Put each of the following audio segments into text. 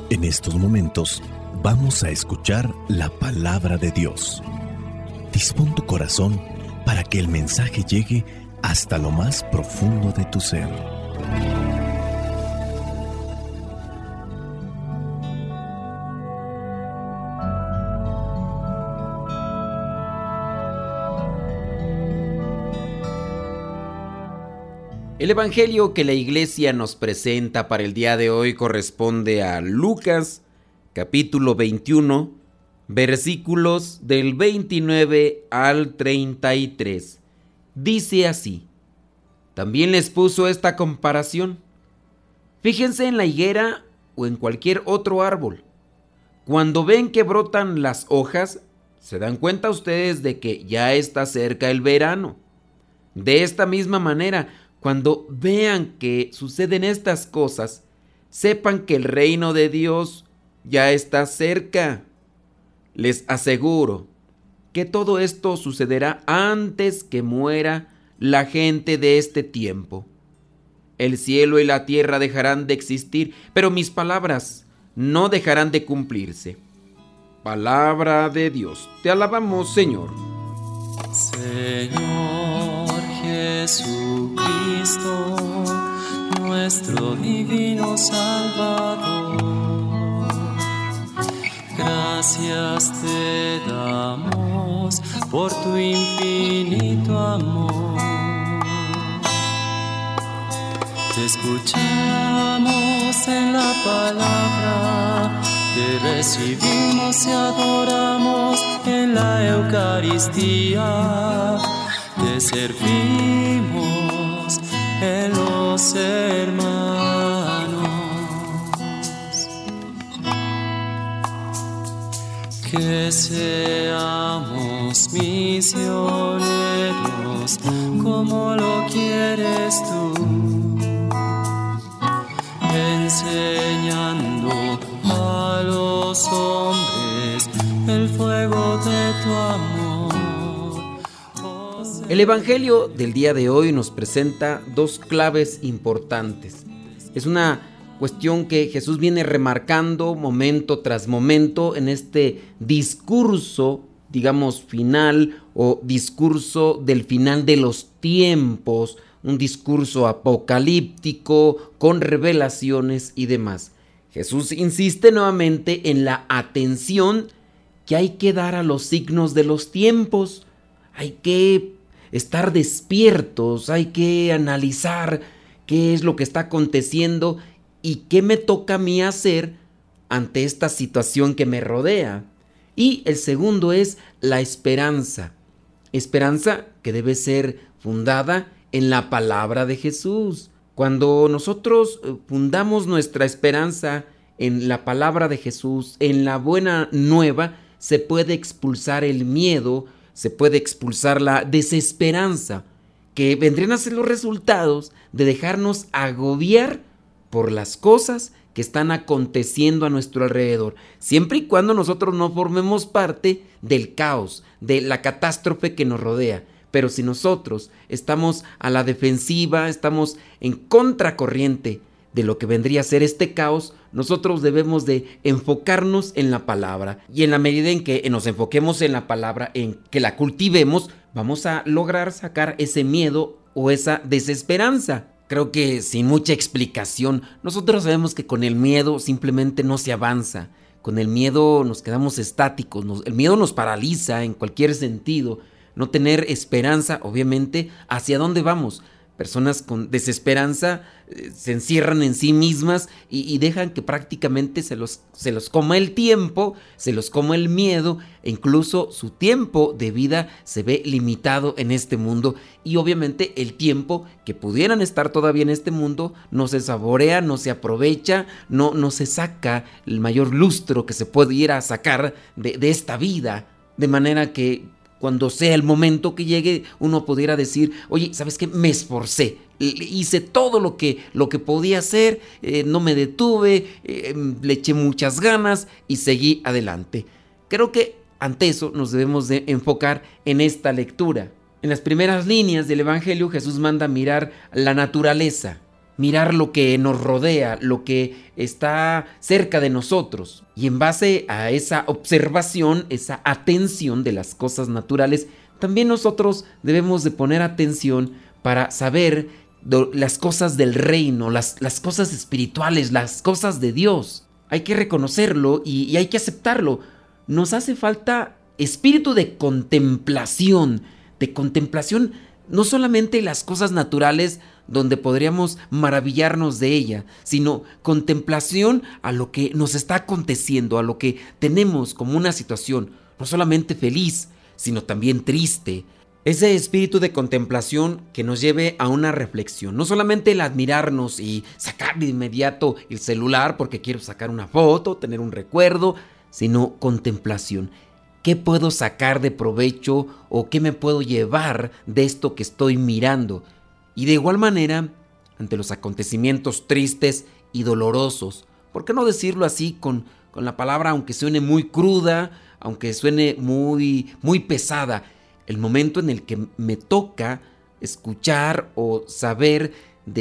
En estos momentos vamos a escuchar la palabra de Dios. Dispón tu corazón para que el mensaje llegue hasta lo más profundo de tu ser. El evangelio que la iglesia nos presenta para el día de hoy corresponde a Lucas, capítulo 21, versículos del 29 al 33. Dice así: también les puso esta comparación. Fíjense en la higuera o en cualquier otro árbol. Cuando ven que brotan las hojas, se dan cuenta ustedes de que ya está cerca el verano. De esta misma manera, cuando vean que suceden estas cosas, sepan que el reino de Dios ya está cerca. Les aseguro que todo esto sucederá antes que muera la gente de este tiempo. El cielo y la tierra dejarán de existir, pero mis palabras no dejarán de cumplirse. Palabra de Dios. Te alabamos, Señor. Señor Jesucristo, nuestro divino Salvador, gracias te damos por tu infinito amor. Te escuchamos en la palabra, te recibimos y adoramos en la Eucaristía. Te servimos en los hermanos. Que seamos misioneros como lo quieres tú, enseñando a los hombres el fuego de tu amor. El evangelio del día de hoy nos presenta dos claves importantes. Es una cuestión que Jesús viene remarcando momento tras momento en este discurso, digamos, final o discurso del final de los tiempos, un discurso apocalíptico con revelaciones y demás. Jesús insiste nuevamente en la atención que hay que dar a los signos de los tiempos. Hay que estar despiertos, hay que analizar qué es lo que está aconteciendo y qué me toca a mí hacer ante esta situación que me rodea. Y el segundo es la esperanza. Esperanza que debe ser fundada en la palabra de Jesús. Cuando nosotros fundamos nuestra esperanza en la palabra de Jesús, en la buena nueva, se puede expulsar el miedo, se puede expulsar la desesperanza, que vendrían a ser los resultados de dejarnos agobiar por las cosas que están aconteciendo a nuestro alrededor, siempre y cuando nosotros no formemos parte del caos, de la catástrofe que nos rodea. Pero si nosotros estamos a la defensiva, estamos en contracorriente de lo que vendría a ser este caos, nosotros debemos de enfocarnos en la palabra. Y en la medida en que nos enfoquemos en la palabra, en que la cultivemos, vamos a lograr sacar ese miedo o esa desesperanza. Creo que sin mucha explicación, nosotros sabemos que con el miedo simplemente no se avanza. Con el miedo nos quedamos estáticos, el miedo nos paraliza en cualquier sentido. No tener esperanza, obviamente, ¿hacia dónde vamos? Personas con desesperanza se encierran en sí mismas y dejan que prácticamente se los coma el tiempo, se los coma el miedo, e incluso su tiempo de vida se ve limitado en este mundo. Y obviamente el tiempo que pudieran estar todavía en este mundo no se saborea, no se aprovecha, no se saca el mayor lustro que se pudiera sacar de esta vida. De manera que cuando sea el momento que llegue, uno pudiera decir: oye, ¿sabes qué? Me esforcé, hice todo lo que podía hacer, no me detuve, le eché muchas ganas y seguí adelante. Creo que ante eso nos debemos de enfocar en esta lectura. En las primeras líneas del Evangelio, Jesús manda mirar la naturaleza. mirar lo que nos rodea, lo que está cerca de nosotros. Y en base a esa observación, esa atención de las cosas naturales, también nosotros debemos de poner atención para saber las cosas del reino, las cosas espirituales, las cosas de Dios. Hay que reconocerlo y hay que aceptarlo. Nos hace falta espíritu de contemplación, no solamente las cosas naturales donde podríamos maravillarnos de ella, sino contemplación a lo que nos está aconteciendo, a lo que tenemos como una situación, no solamente feliz, sino también triste. Ese espíritu de contemplación que nos lleve a una reflexión, no solamente el admirarnos y sacar de inmediato el celular porque quiero sacar una foto, tener un recuerdo, sino contemplación. ¿Qué puedo sacar de provecho o qué me puedo llevar de esto que estoy mirando? Y de igual manera, ante los acontecimientos tristes y dolorosos, ¿por qué no decirlo así con la palabra, aunque suene muy cruda, aunque suene muy, muy pesada? El momento en el que me toca escuchar o saber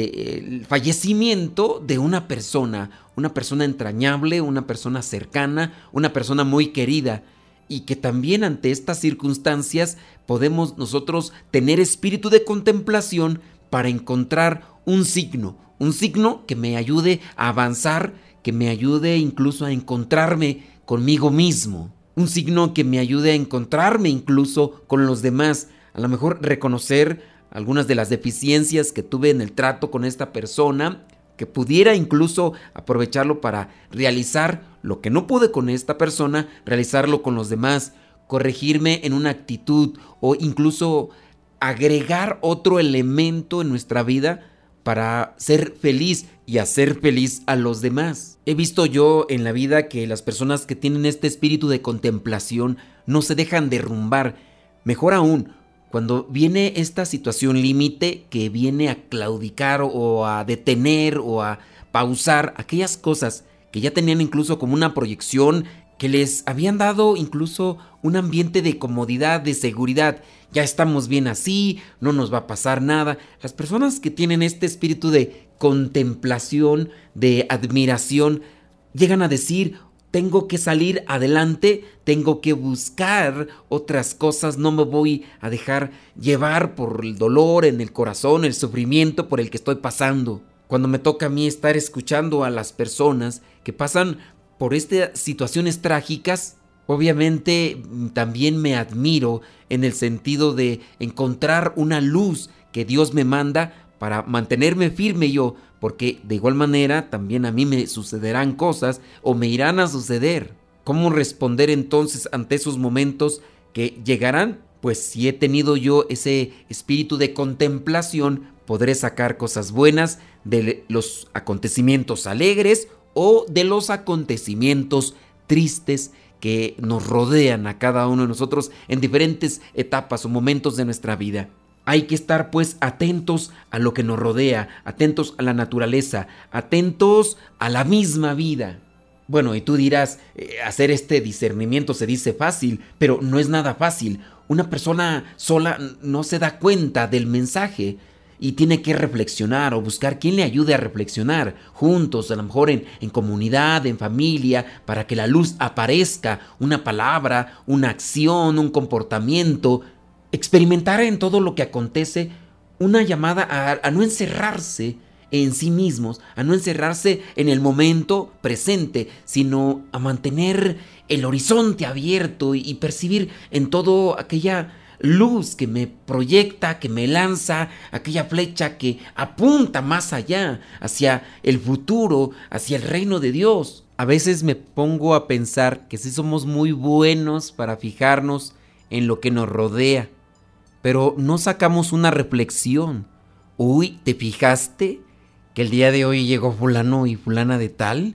del fallecimiento de una persona entrañable, una persona cercana, una persona muy querida, y que también ante estas circunstancias podemos nosotros tener espíritu de contemplación para encontrar un signo que me ayude a avanzar, que me ayude incluso a encontrarme conmigo mismo. Un signo que me ayude a encontrarme incluso con los demás. A lo mejor reconocer algunas de las deficiencias que tuve en el trato con esta persona, que pudiera incluso aprovecharlo para realizar lo que no pude con esta persona, realizarlo con los demás, corregirme en una actitud o incluso agregar otro elemento en nuestra vida para ser feliz y hacer feliz a los demás. He visto yo en la vida que las personas que tienen este espíritu de contemplación no se dejan derrumbar. Mejor aún, cuando viene esta situación límite que viene a claudicar o a detener o a pausar aquellas cosas que ya tenían incluso como una proyección, que les habían dado incluso un ambiente de comodidad, de seguridad. Ya estamos bien así, no nos va a pasar nada. Las personas que tienen este espíritu de contemplación, de admiración, llegan a decir: tengo que salir adelante, tengo que buscar otras cosas, no me voy a dejar llevar por el dolor en el corazón, el sufrimiento por el que estoy pasando. Cuando me toca a mí estar escuchando a las personas que pasan por estas situaciones trágicas, obviamente también me admiro en el sentido de encontrar una luz que Dios me manda para mantenerme firme yo, porque de igual manera también a mí me sucederán cosas o me irán a suceder. ¿Cómo responder entonces ante esos momentos que llegarán? Pues si he tenido yo ese espíritu de contemplación, podré sacar cosas buenas de los acontecimientos alegres o de los acontecimientos tristes que nos rodean a cada uno de nosotros en diferentes etapas o momentos de nuestra vida. Hay que estar pues atentos a lo que nos rodea, atentos a la naturaleza, atentos a la misma vida. Bueno, y tú dirás, hacer este discernimiento se dice fácil, pero no es nada fácil. Una persona sola no se da cuenta del mensaje y tiene que reflexionar o buscar quien le ayude a reflexionar juntos, a lo mejor en comunidad, en familia, para que la luz aparezca, una palabra, una acción, un comportamiento. Experimentar en todo lo que acontece una llamada a no encerrarse en sí mismos, a no encerrarse en el momento presente, sino a mantener el horizonte abierto y percibir en todo aquella luz que me proyecta, que me lanza, aquella flecha que apunta más allá, hacia el futuro, hacia el reino de Dios. A veces me pongo a pensar que sí somos muy buenos para fijarnos en lo que nos rodea, pero no sacamos una reflexión. Uy, ¿te fijaste que el día de hoy llegó fulano y fulana de tal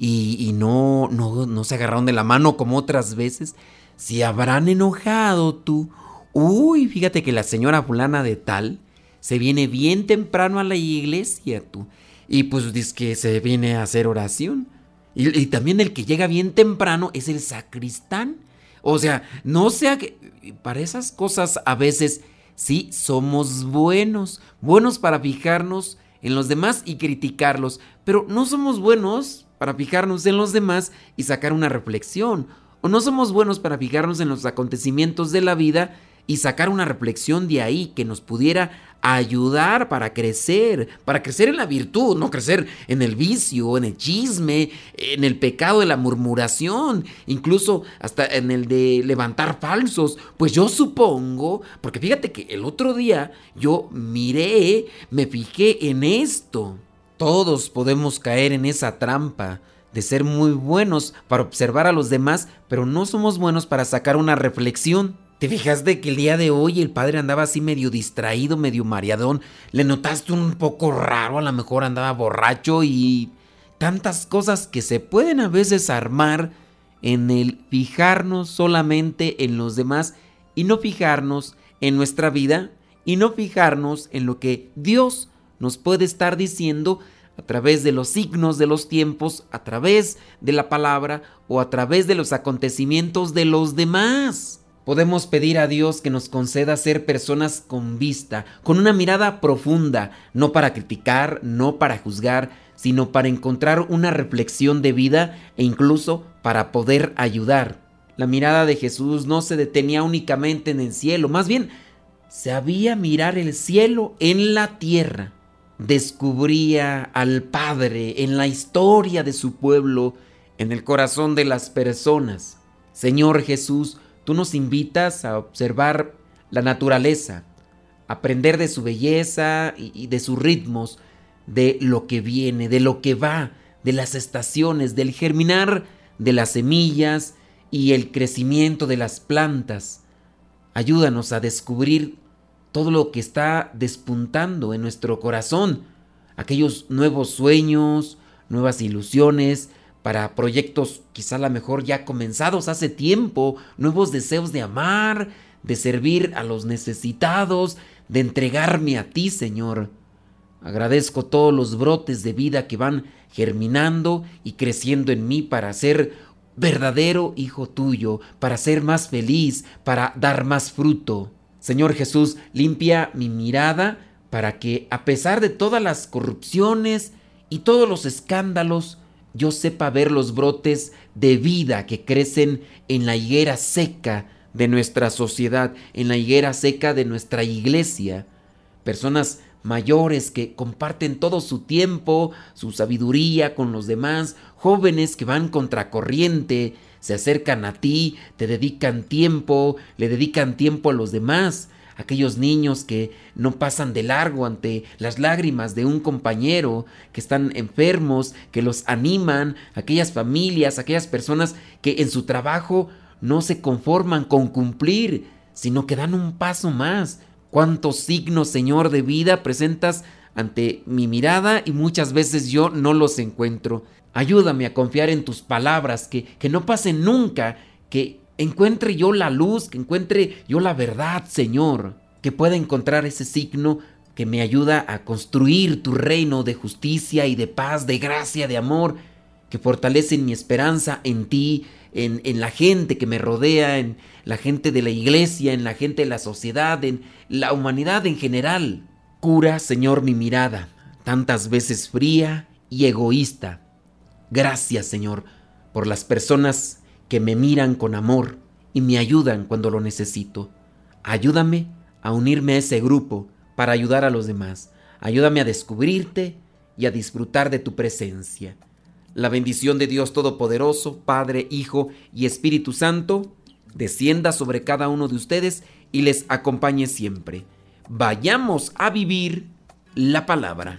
y no se agarraron de la mano como otras veces? ¿Se habrán enojado tú? Uy, fíjate que la señora fulana de tal se viene bien temprano a la iglesia tú, y pues dice que se viene a hacer oración. Y también el que llega bien temprano es el sacristán. O sea, no sea que para esas cosas a veces sí somos buenos para fijarnos en los demás y criticarlos, pero no somos buenos para fijarnos en los demás y sacar una reflexión, o no somos buenos para fijarnos en los acontecimientos de la vida y sacar una reflexión de ahí que nos pudiera ayudar para crecer en la virtud, no crecer en el vicio, en el chisme, en el pecado de la murmuración, incluso hasta en el de levantar falsos. Pues yo supongo, porque fíjate que el otro día yo me fijé en esto. Todos podemos caer en esa trampa de ser muy buenos para observar a los demás, pero no somos buenos para sacar una reflexión. ¿Te fijaste que el día de hoy el padre andaba así medio distraído, medio mareadón? ¿Le notaste un poco raro? A lo mejor andaba borracho y tantas cosas que se pueden a veces armar en el fijarnos solamente en los demás y no fijarnos en nuestra vida y no fijarnos en lo que Dios nos puede estar diciendo a través de los signos de los tiempos, a través de la palabra o a través de los acontecimientos de los demás. Podemos pedir a Dios que nos conceda ser personas con vista, con una mirada profunda, no para criticar, no para juzgar, sino para encontrar una reflexión de vida e incluso para poder ayudar. La mirada de Jesús no se detenía únicamente en el cielo, más bien sabía mirar el cielo en la tierra. Descubría al Padre en la historia de su pueblo, en el corazón de las personas. Señor Jesús, tú nos invitas a observar la naturaleza, a aprender de su belleza y de sus ritmos, de lo que viene, de lo que va, de las estaciones, del germinar de las semillas y el crecimiento de las plantas. Ayúdanos a descubrir todo lo que está despuntando en nuestro corazón, aquellos nuevos sueños, nuevas ilusiones, para proyectos quizá a lo mejor ya comenzados hace tiempo, nuevos deseos de amar, de servir a los necesitados, de entregarme a ti, Señor. Agradezco todos los brotes de vida que van germinando y creciendo en mí para ser verdadero hijo tuyo, para ser más feliz, para dar más fruto. Señor Jesús, limpia mi mirada para que, a pesar de todas las corrupciones y todos los escándalos, yo sepa ver los brotes de vida que crecen en la higuera seca de nuestra sociedad, en la higuera seca de nuestra iglesia. Personas mayores que comparten todo su tiempo, su sabiduría con los demás, jóvenes que van contracorriente, se acercan a ti, te dedican tiempo, le dedican tiempo a los demás. Aquellos niños que no pasan de largo ante las lágrimas de un compañero, que están enfermos, que los animan, aquellas familias, aquellas personas que en su trabajo no se conforman con cumplir, sino que dan un paso más. ¿Cuántos signos, Señor, de vida presentas ante mi mirada y muchas veces yo no los encuentro? Ayúdame a confiar en tus palabras, que no pase nunca, que encuentre yo la luz, que encuentre yo la verdad, Señor, que pueda encontrar ese signo que me ayuda a construir tu reino de justicia y de paz, de gracia, de amor, que fortalece mi esperanza en ti, en la gente que me rodea, en la gente de la iglesia, en la gente de la sociedad, en la humanidad en general. Cura, Señor, mi mirada, tantas veces fría y egoísta. Gracias, Señor, por las personas que me miran con amor y me ayudan cuando lo necesito. Ayúdame a unirme a ese grupo para ayudar a los demás. Ayúdame a descubrirte y a disfrutar de tu presencia. La bendición de Dios Todopoderoso, Padre, Hijo y Espíritu Santo, descienda sobre cada uno de ustedes y les acompañe siempre. Vayamos a vivir la palabra.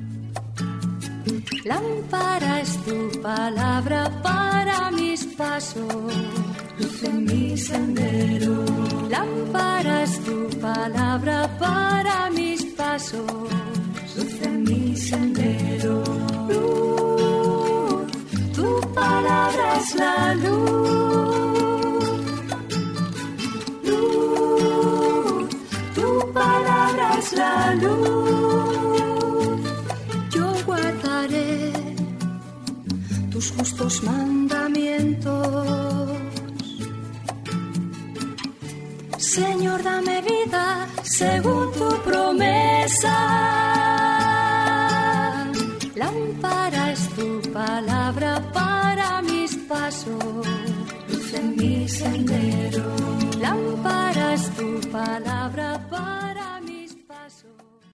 Lámpara es tu palabra para mis pasos, luz en mi sendero. Lámpara es tu palabra para mis pasos, luz en mi sendero. Luz, tu palabra es la luz. Luz, tu palabra es la luz. Guardaré tus justos mandamientos. Señor, dame vida según tu promesa. Lámpara es tu palabra para mis pasos, luz en mi sendero. Lámpara es tu palabra para mis pasos.